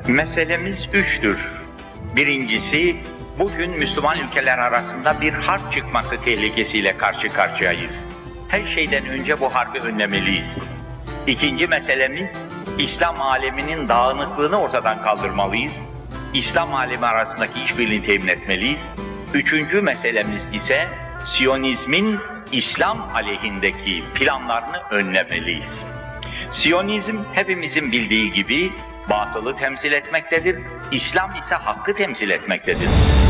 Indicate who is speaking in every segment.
Speaker 1: Meselemiz üçtür. Birincisi, bugün Müslüman ülkeler arasında bir harp çıkması tehlikesiyle karşı karşıyayız. Her şeyden önce bu harbi önlemeliyiz. İkinci meselemiz, İslam aleminin dağınıklığını ortadan kaldırmalıyız. İslam alemi arasındaki işbirliğini temin etmeliyiz. Üçüncü meselemiz ise Siyonizmin İslam aleyhindeki planlarını önlemeliyiz. Siyonizm hepimizin bildiği gibi batılı temsil etmektedir, İslam ise hakkı temsil etmektedir.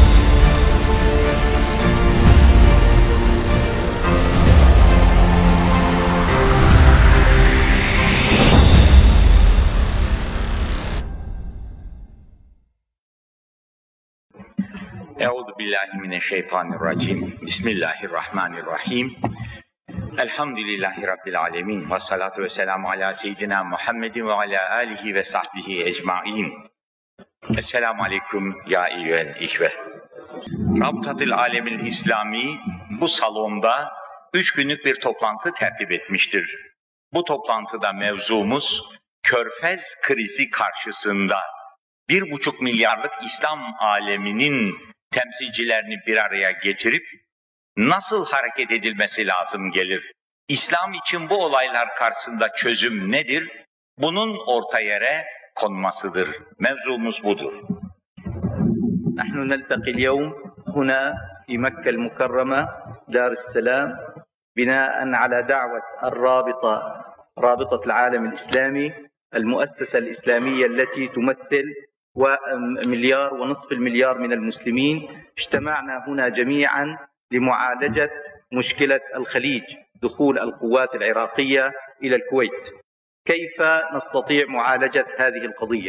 Speaker 1: Euzubillahimineşşeytanirracim. Bismillahirrahmanirrahim. Elhamdülillahi Rabbil alemin. Ve salatu ve selamu ala seyyidina Muhammedin ve ala alihi ve sahbihi ecmain. Esselamu aleyküm ya eyyühel ihve. Rabıtatul Alemil İslami bu salonda 3 günlük bir toplantı tertip etmiştir. Bu toplantıda mevzumuz Körfez krizi karşısında 1,5 milyarlık İslam aleminin temsilcilerini bir araya getirip nasıl hareket edilmesi lazım gelir? İslam için bu olaylar karşısında çözüm nedir? Bunun orta yere konmasıdır. Mevzumuz budur.
Speaker 2: نحن نلتقي اليوم هنا في مكة المكرمة دار السلام بناء على دعوة رابطة العالم الإسلامي المؤسسة الإسلامية التي تمثل ومليار ونصف المليار من المسلمين. اجتمعنا هنا جميعا لمعالجة مشكلة الخليج، دخول القوات العراقية إلى الكويت. كيف نستطيع معالجة هذه القضية؟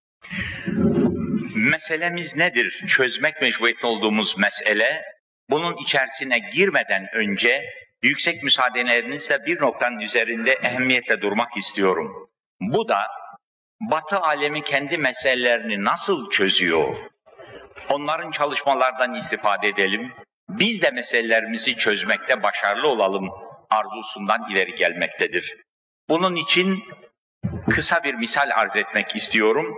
Speaker 1: Meselemiz nedir? Çözmek mecburiyetinde olduğumuz mesele. Bunun içerisine girmeden önce yüksek müsaadenizle bir noktanın üzerinde ehemmiyetle durmak istiyorum. Bu da Batı alemi kendi meselelerini nasıl çözüyor? Onların çalışmalardan istifade edelim. Biz de meselelerimizi çözmekte başarılı olalım arzusundan ileri gelmektedir. Bunun için kısa bir misal arz etmek istiyorum.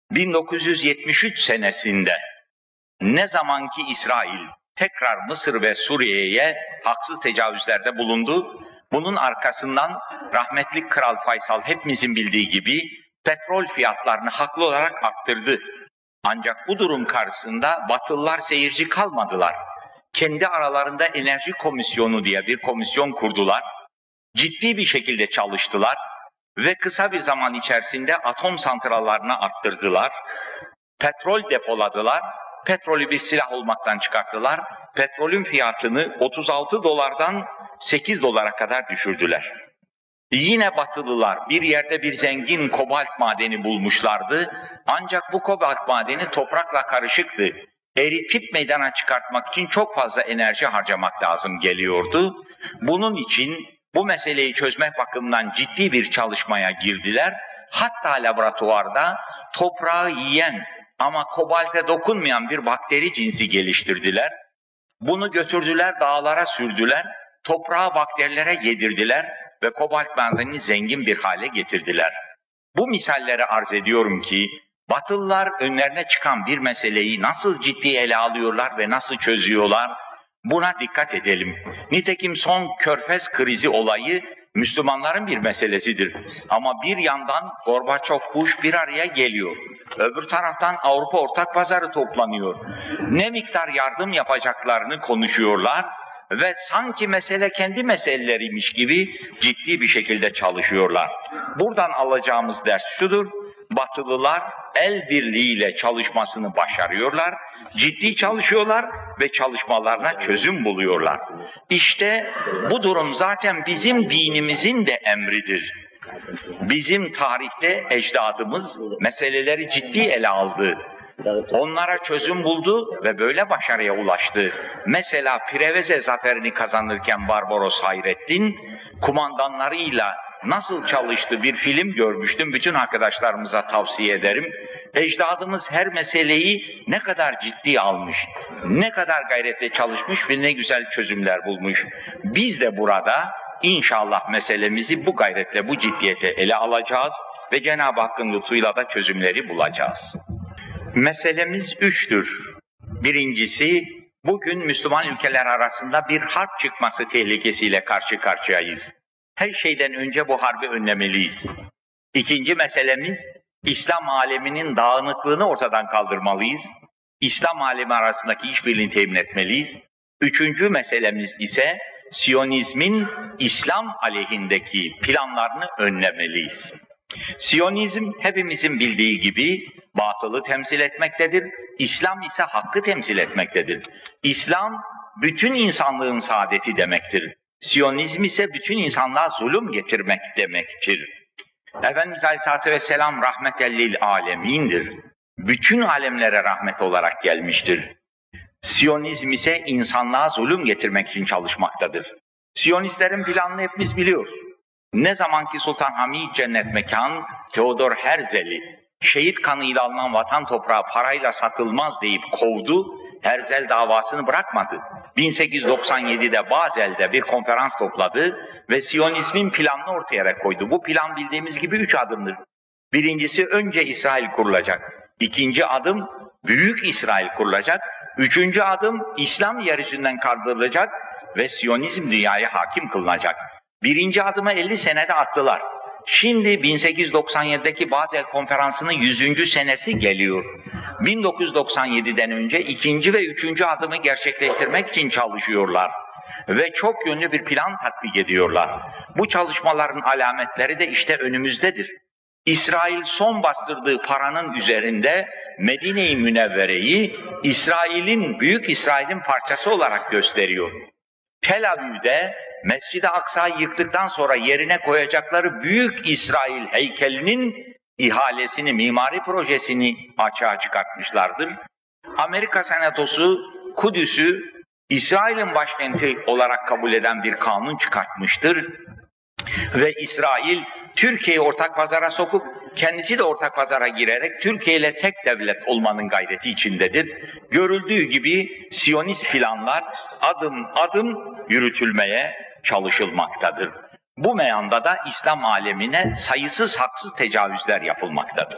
Speaker 1: 1973 senesinde ne zamanki İsrail tekrar Mısır ve Suriye'ye haksız tecavüzlerde bulundu, bunun arkasından rahmetli Kral Faysal hepimizin bildiği gibi petrol fiyatlarını haklı olarak arttırdı. Ancak bu durum karşısında Batılılar seyirci kalmadılar. Kendi aralarında enerji komisyonu diye bir komisyon kurdular. Ciddi bir şekilde çalıştılar ve kısa bir zaman içerisinde atom santrallarını arttırdılar. Petrol depoladılar. Petrolü bir silah olmaktan çıkarttılar. Petrolün fiyatını 36 dolardan 8 dolara kadar düşürdüler. Yine Batılılar bir yerde bir zengin kobalt madeni bulmuşlardı. Ancak bu kobalt madeni toprakla karışıktı. Eritip meydana çıkartmak için çok fazla enerji harcamak lazım geliyordu. Bunun için bu meseleyi çözmek bakımından ciddi bir çalışmaya girdiler. Hatta laboratuvarda toprağı yiyen ama kobalte dokunmayan bir bakteri cinsi geliştirdiler. Bunu götürdüler, dağlara sürdüler, toprağı bakterilere yedirdiler ve kobalt madenini zengin bir hale getirdiler. Bu misalleri arz ediyorum ki Batılılar önlerine çıkan bir meseleyi nasıl ciddi ele alıyorlar ve nasıl çözüyorlar, buna dikkat edelim. Nitekim son Körfez krizi olayı Müslümanların bir meselesidir. Ama bir yandan Gorbaçov, Bush bir araya geliyor. Öbür taraftan Avrupa Ortak Pazarı toplanıyor. Ne miktar yardım yapacaklarını konuşuyorlar ve sanki mesele kendi meseleleriymiş gibi ciddi bir şekilde çalışıyorlar. Buradan alacağımız ders şudur: Batılılar el birliğiyle çalışmasını başarıyorlar, ciddi çalışıyorlar ve çalışmalarına çözüm buluyorlar. İşte bu durum zaten bizim dinimizin de emridir. Bizim tarihte ecdadımız meseleleri ciddi ele aldı. Onlara çözüm buldu ve böyle başarıya ulaştı. Mesela Preveze zaferini kazanırken Barbaros Hayrettin kumandanlarıyla nasıl çalıştı bir film görmüştüm. Bütün arkadaşlarımıza tavsiye ederim. Ecdadımız her meseleyi ne kadar ciddi almış, ne kadar gayretle çalışmış ve ne güzel çözümler bulmuş. Biz de burada İnşallah meselemizi bu gayretle, bu ciddiyete ele alacağız ve Cenab-ı Hakk'ın lütfuyla da çözümleri bulacağız. Meselemiz üçtür. Birincisi, bugün Müslüman ülkeler arasında bir harp çıkması tehlikesiyle karşı karşıyayız. Her şeyden önce bu harbi önlemeliyiz. İkinci meselemiz, İslam aleminin dağınıklığını ortadan kaldırmalıyız. İslam alemi arasındaki işbirliğini temin etmeliyiz. Üçüncü meselemiz ise Siyonizmin İslam aleyhindeki planlarını önlemeliyiz. Siyonizm hepimizin bildiği gibi batılı temsil etmektedir. İslam ise hakkı temsil etmektedir. İslam bütün insanlığın saadeti demektir. Siyonizm ise bütün insanlığa zulüm getirmek demektir. Efendimiz Aleyhisselatü Vesselam rahmetellil alemindir. Bütün alemlere rahmet olarak gelmiştir. Siyonizm ise insanlığa zulüm getirmek için çalışmaktadır. Siyonistlerin planını hepimiz biliyoruz. Ne zamanki Sultan Hamid cennet mekan, Theodor Herzl'i şehit kanıyla alınan vatan toprağı parayla satılmaz deyip kovdu, Herzl davasını bırakmadı. 1897'de Bazel'de bir konferans topladı ve Siyonizmin planını ortaya koydu. Bu plan bildiğimiz gibi 3 adımdır. Birincisi önce İsrail kurulacak. İkinci adım Büyük İsrail kurulacak. Üçüncü adım İslam yeryüzünden kaldırılacak ve Siyonizm dünyaya hakim kılınacak. Birinci adımı 50 senede attılar. Şimdi 1897'deki Basel Konferansı'nın 100. senesi geliyor. 1997'den önce ikinci ve üçüncü adımı gerçekleştirmek için çalışıyorlar. Ve çok yönlü bir plan tatbik ediyorlar. Bu çalışmaların alametleri de işte önümüzdedir. İsrail son bastırdığı paranın üzerinde Medine-i Münevvere'yi Büyük İsrail'in parçası olarak gösteriyor. Tel Aviv'de Mescid-i Aksa'yı yıktıktan sonra yerine koyacakları Büyük İsrail heykelinin ihalesini, mimari projesini açığa çıkartmışlardır. Amerika Senatosu Kudüs'ü İsrail'in başkenti olarak kabul eden bir kanun çıkartmıştır. Ve İsrail Türkiye'yi ortak pazara sokup kendisi de ortak pazara girerek Türkiye ile tek devlet olmanın gayreti içindedir. Görüldüğü gibi Siyonist planlar adım adım yürütülmeye çalışılmaktadır. Bu meyanda da İslam alemine sayısız haksız tecavüzler yapılmaktadır.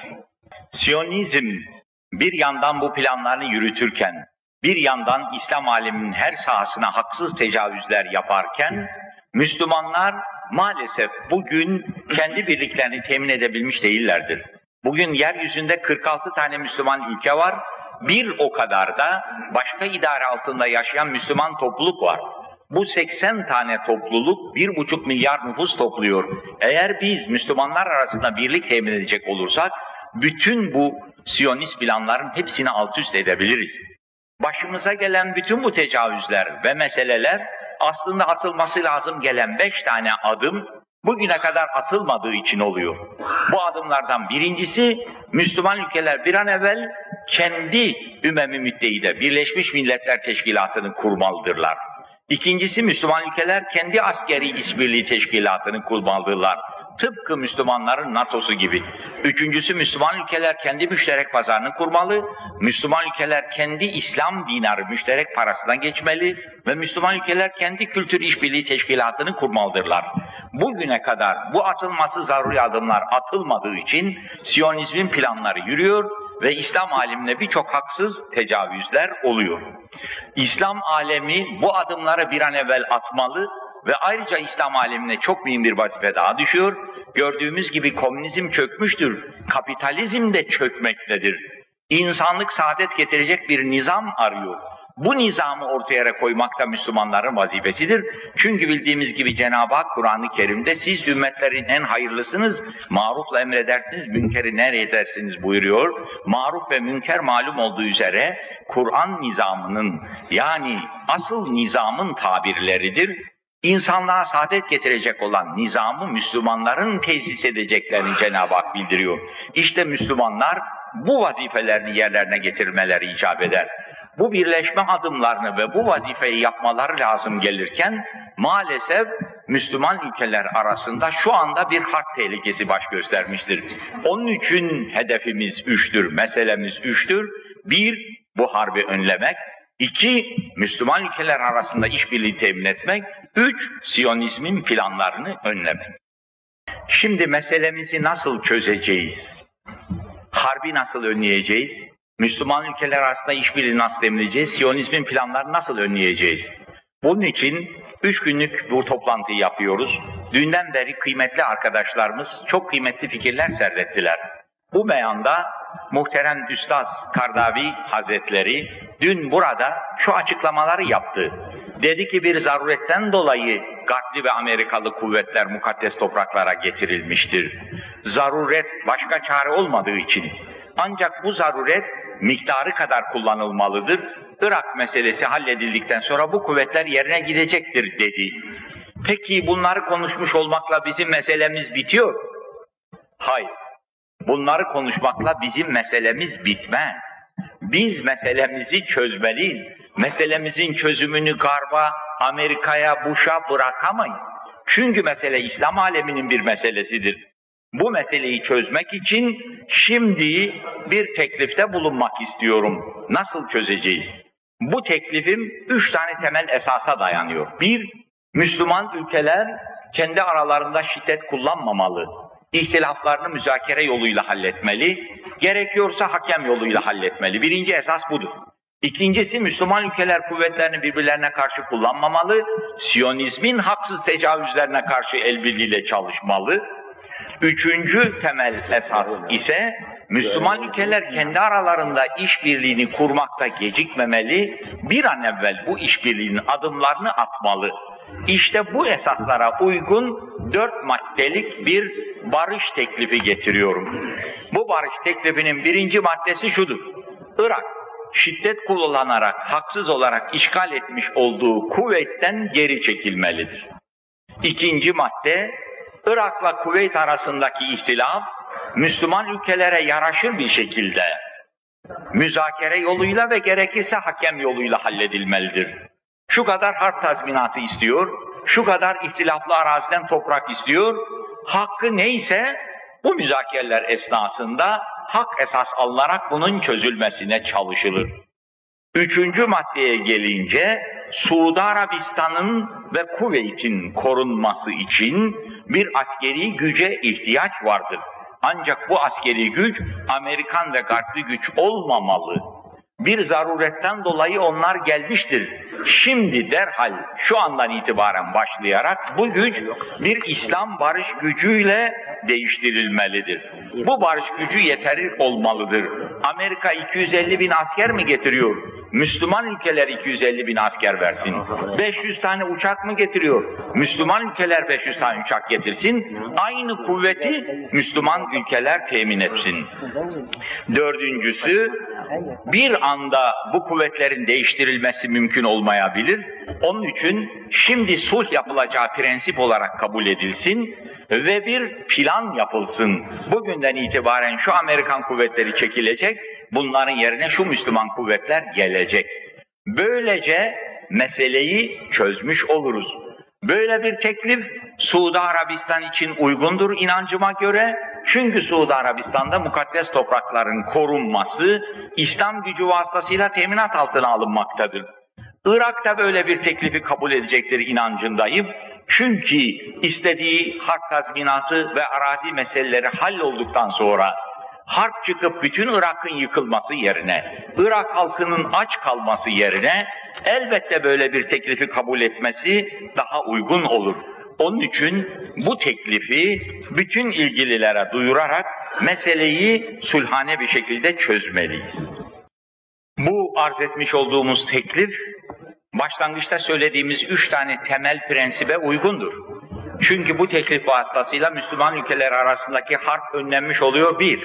Speaker 1: Siyonizm bir yandan bu planlarını yürütürken, bir yandan İslam aleminin her sahasına haksız tecavüzler yaparken, Müslümanlar maalesef bugün kendi birliklerini temin edebilmiş değillerdir. Bugün yeryüzünde 46 tane Müslüman ülke var, bir o kadar da başka idare altında yaşayan Müslüman topluluk var. Bu 80 tane topluluk 1,5 milyar nüfus topluyor. Eğer biz Müslümanlar arasında birlik temin edecek olursak, bütün bu Siyonist planların hepsini alt üst edebiliriz. Başımıza gelen bütün bu tecavüzler ve meseleler aslında atılması lazım gelen 5 tane adım bugüne kadar atılmadığı için oluyor. Bu adımlardan birincisi Müslüman ülkeler bir an evvel kendi Ümem-i Müttehide'de Birleşmiş Milletler Teşkilatı'nı kurmalıdırlar. İkincisi Müslüman ülkeler kendi askeri işbirliği teşkilatını kurmalıdırlar. Tıpkı Müslümanların NATO'su gibi. Üçüncüsü Müslüman ülkeler kendi müşterek pazarını kurmalı. Müslüman ülkeler kendi İslam dinarı müşterek parasına geçmeli. Ve Müslüman ülkeler kendi kültür işbirliği teşkilatını kurmalıdırlar. Bugüne kadar bu atılması zaruri adımlar atılmadığı için Siyonizmin planları yürüyor ve İslam alemine birçok haksız tecavüzler oluyor. İslam alemi bu adımları bir an evvel atmalı ve ayrıca İslam alemine çok mühim bir vazife daha düşüyor. Gördüğümüz gibi komünizm çökmüştür, kapitalizm de çökmektedir. İnsanlık saadet getirecek bir nizam arıyor. Bu nizamı ortaya koymak da Müslümanların vazifesidir. Çünkü bildiğimiz gibi Cenab-ı Hak Kur'an-ı Kerim'de siz ümmetlerin en hayırlısınız, marufla emredersiniz, münkeri nehyedersiniz buyuruyor. Maruf ve münker malum olduğu üzere Kur'an nizamının yani asıl nizamın tabirleridir. İnsanlığa saadet getirecek olan nizamı Müslümanların tesis edeceklerini Cenab-ı Hak bildiriyor. İşte Müslümanlar bu vazifelerini yerlerine getirmeleri icap eder. Bu birleşme adımlarını ve bu vazifeyi yapmaları lazım gelirken maalesef Müslüman ülkeler arasında şu anda bir harp tehlikesi baş göstermiştir. Onun için hedefimiz üçtür, meselemiz üçtür. Bir, bu harbi önlemek. İki, Müslüman ülkeler arasında işbirliği temin etmek. Üç, Siyonizmin planlarını önlemek. Şimdi meselemizi nasıl çözeceğiz? Harbi nasıl önleyeceğiz? Müslüman ülkeler arasında işbirliği nasıl demleyeceğiz? Siyonizmin planlarını nasıl önleyeceğiz? Bunun için 3 günlük bu toplantıyı yapıyoruz. Dünden beri kıymetli arkadaşlarımız çok kıymetli fikirler serdettiler. Bu meyanda muhterem Üstaz Kardavi Hazretleri dün burada şu açıklamaları yaptı. Dedi ki bir zaruretten dolayı Garpli ve Amerikalı kuvvetler mukaddes topraklara getirilmiştir. Zaruret başka çare olmadığı için. Ancak bu zaruret miktarı kadar kullanılmalıdır. Irak meselesi halledildikten sonra bu kuvvetler yerine gidecektir dedi. Peki bunları konuşmuş olmakla bizim meselemiz bitiyor? Hayır. Bunları konuşmakla bizim meselemiz bitmez. Biz meselemizi çözmeliyiz. Meselemizin çözümünü Garba, Amerika'ya, Bush'a bırakamayız. Çünkü mesele İslam aleminin bir meselesidir. Bu meseleyi çözmek için şimdi bir teklifte bulunmak istiyorum. Nasıl çözeceğiz? Bu teklifim 3 tane temel esasa dayanıyor. 1, Müslüman ülkeler kendi aralarında şiddet kullanmamalı. İhtilaflarını müzakere yoluyla halletmeli. Gerekiyorsa hakem yoluyla halletmeli. Birinci esas budur. İkincisi, Müslüman ülkeler kuvvetlerini birbirlerine karşı kullanmamalı. Siyonizmin haksız tecavüzlerine karşı el birliğiyle çalışmalı. Üçüncü temel esas ise Müslüman ülkeler kendi aralarında işbirliğini kurmakta gecikmemeli, bir an evvel bu işbirliğinin adımlarını atmalı. İşte bu esaslara uygun 4 maddelik bir barış teklifi getiriyorum. Bu barış teklifinin birinci maddesi şudur: Irak, şiddet kullanarak, haksız olarak işgal etmiş olduğu Kuveyt'ten geri çekilmelidir. İkinci madde, Irak'la Kuveyt arasındaki ihtilaf, Müslüman ülkelere yaraşır bir şekilde müzakere yoluyla ve gerekirse hakem yoluyla halledilmelidir. Şu kadar harp tazminatı istiyor, şu kadar ihtilaflı araziden toprak istiyor, hakkı neyse bu müzakereler esnasında hak esas alınarak bunun çözülmesine çalışılır. Üçüncü maddeye gelince, Suudi Arabistan'ın ve Kuveyt'in korunması için bir askeri güce ihtiyaç vardır. Ancak bu askeri güç Amerikan ve Garpli güç olmamalı. Bir zaruretten dolayı onlar gelmiştir. Şimdi derhal şu andan itibaren başlayarak bu güç bir İslam barış gücüyle değiştirilmelidir. Bu barış gücü yeterli olmalıdır. Amerika 250 bin asker mi getiriyor? Müslüman ülkeler 250 bin asker versin. 500 tane uçak mı getiriyor? Müslüman ülkeler 500 tane uçak getirsin. Aynı kuvveti Müslüman ülkeler temin etsin. Dördüncüsü, bir anda bu kuvvetlerin değiştirilmesi mümkün olmayabilir. Onun için şimdi sulh yapılacağı prensip olarak kabul edilsin ve bir plan yapılsın. Bugünden itibaren şu Amerikan kuvvetleri çekilecek, bunların yerine şu Müslüman kuvvetler gelecek. Böylece meseleyi çözmüş oluruz. Böyle bir teklif Suudi Arabistan için uygundur inancıma göre. Çünkü Suudi Arabistan'da mukaddes toprakların korunması İslam gücü vasıtasıyla teminat altına alınmaktadır. Irak da böyle bir teklifi kabul edecektir inancındayım. Çünkü istediği harp tazminatı ve arazi meseleleri hallolduktan sonra harp çıkıp bütün Irak'ın yıkılması yerine, Irak halkının aç kalması yerine elbette böyle bir teklifi kabul etmesi daha uygun olur. Onun için bu teklifi bütün ilgililere duyurarak meseleyi sulhane bir şekilde çözmeliyiz. Bu arz etmiş olduğumuz teklif, başlangıçta söylediğimiz 3 tane temel prensibe uygundur. Çünkü bu teklif vasıtasıyla Müslüman ülkeler arasındaki harp önlenmiş oluyor. 1.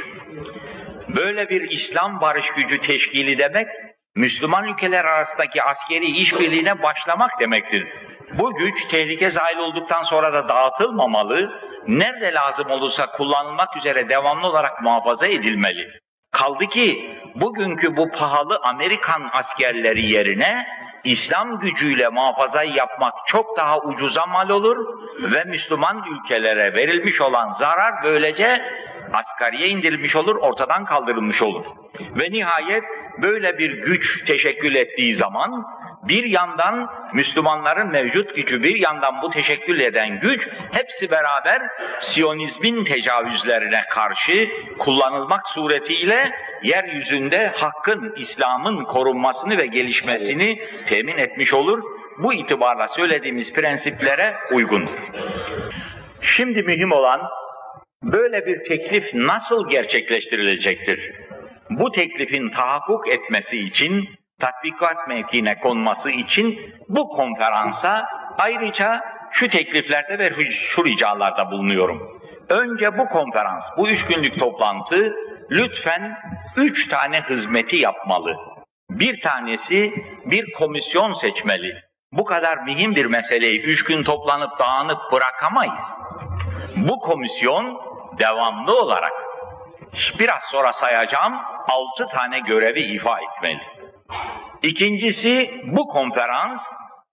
Speaker 1: Böyle bir İslam barış gücü teşkili demek, Müslüman ülkeler arasındaki askeri işbirliğine başlamak demektir. Bu güç tehlike zahil olduktan sonra da dağıtılmamalı, nerede lazım olursa kullanılmak üzere devamlı olarak muhafaza edilmeli. Kaldı ki bugünkü bu pahalı Amerikan askerleri yerine İslam gücüyle muhafazayı yapmak çok daha ucuza mal olur ve Müslüman ülkelere verilmiş olan zarar böylece asgariye indirilmiş olur, ortadan kaldırılmış olur. Ve nihayet böyle bir güç teşekkül ettiği zaman bir yandan Müslümanların mevcut gücü, bir yandan bu teşekkül eden güç, hepsi beraber Siyonizmin tecavüzlerine karşı kullanılmak suretiyle yeryüzünde hakkın, İslam'ın korunmasını ve gelişmesini temin etmiş olur. Bu itibarla söylediğimiz prensiplere uygundur. Şimdi mühim olan, böyle bir teklif nasıl gerçekleştirilecektir? Bu teklifin tahakkuk etmesi için, tatbikat mevkiine konması için bu konferansa ayrıca şu tekliflerde ve şu ricalarda bulunuyorum. Önce bu konferans, bu 3 günlük toplantı lütfen 3 tane hizmeti yapmalı. Bir tanesi bir komisyon seçmeli. Bu kadar mühim bir meseleyi 3 gün toplanıp dağınıp bırakamayız. Bu komisyon devamlı olarak, biraz sonra sayacağım, 6 tane görevi ifa etmeli. İkincisi, bu konferans,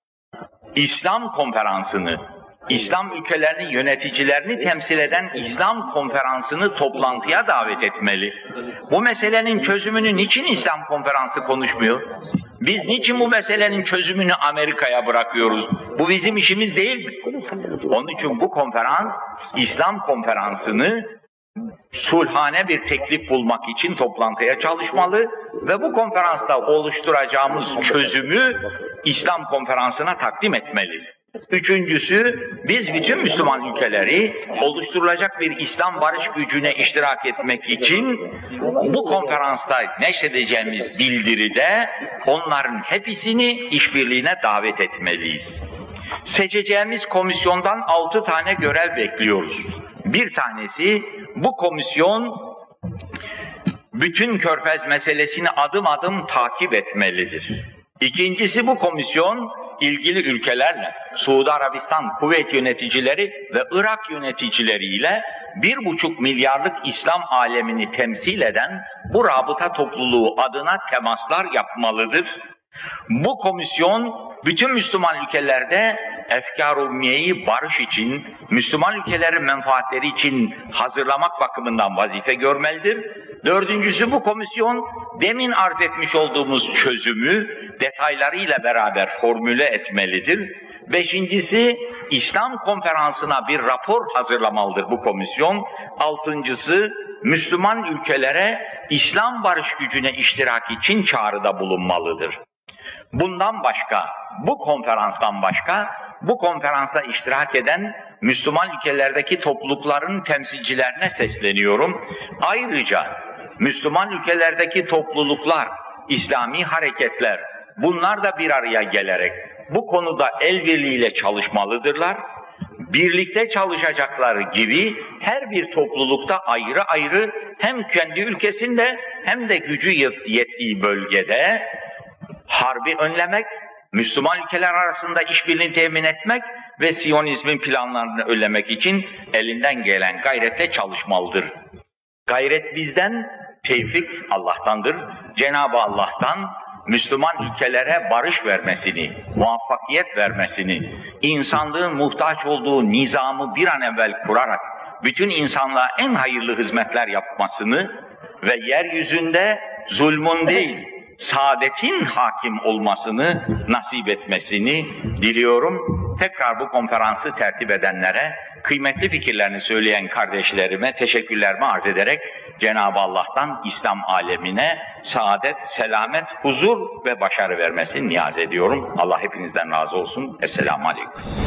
Speaker 1: İslam konferansını, İslam ülkelerinin yöneticilerini temsil eden İslam konferansını toplantıya davet etmeli. Bu meselenin çözümünü niçin İslam konferansı konuşmuyor? Biz niçin bu meselenin çözümünü Amerika'ya bırakıyoruz? Bu bizim işimiz değil mi? Onun için bu konferans, İslam konferansını sulhane bir teklif bulmak için toplantıya çalışmalı ve bu konferansta oluşturacağımız çözümü İslam konferansına takdim etmeli. Üçüncüsü, biz bütün Müslüman ülkeleri oluşturulacak bir İslam barış gücüne iştirak etmek için bu konferansta neşredeceğimiz bildiride onların hepsini işbirliğine davet etmeliyiz. Seçeceğimiz komisyondan 6 tane görev bekliyoruz. Bir tanesi, bu komisyon bütün Körfez meselesini adım adım takip etmelidir. İkincisi, bu komisyon ilgili ülkelerle, Suudi Arabistan, Kuveyt yöneticileri ve Irak yöneticileriyle 1,5 milyarlık İslam alemini temsil eden bu rabıta topluluğu adına temaslar yapmalıdır. Bu komisyon bütün Müslüman ülkelerde efkar-ı ummiyeyi barış için, Müslüman ülkelerin menfaatleri için hazırlamak bakımından vazife görmelidir. Dördüncüsü, bu komisyon demin arz etmiş olduğumuz çözümü detaylarıyla beraber formüle etmelidir. Beşincisi, İslam konferansına bir rapor hazırlamalıdır bu komisyon. Altıncısı, Müslüman ülkelere İslam barış gücüne iştirak için çağrıda bulunmalıdır. Bundan başka, bu konferanstan başka, bu konferansa iştirak eden Müslüman ülkelerdeki toplulukların temsilcilerine sesleniyorum. Ayrıca Müslüman ülkelerdeki topluluklar, İslami hareketler, bunlar da bir araya gelerek bu konuda el birliğiyle çalışmalıdırlar. Birlikte çalışacakları gibi her bir toplulukta ayrı ayrı hem kendi ülkesinde hem de gücü yettiği bölgede harbi önlemek, Müslüman ülkeler arasında işbirliğini temin etmek ve Siyonizmin planlarını önlemek için elinden gelen gayretle çalışmalıdır. Gayret bizden, tevfik Allah'tandır. Cenab-ı Allah'tan Müslüman ülkelere barış vermesini, muvaffakiyet vermesini, insanlığın muhtaç olduğu nizamı bir an evvel kurarak bütün insanlığa en hayırlı hizmetler yapmasını ve yeryüzünde zulmün değil, saadetin hakim olmasını nasip etmesini diliyorum. Tekrar bu konferansı tertip edenlere, kıymetli fikirlerini söyleyen kardeşlerime teşekkürlerimi arz ederek Cenab-ı Allah'tan İslam alemine saadet, selamet, huzur ve başarı vermesini niyaz ediyorum. Allah hepinizden razı olsun. Esselamu Aleyküm.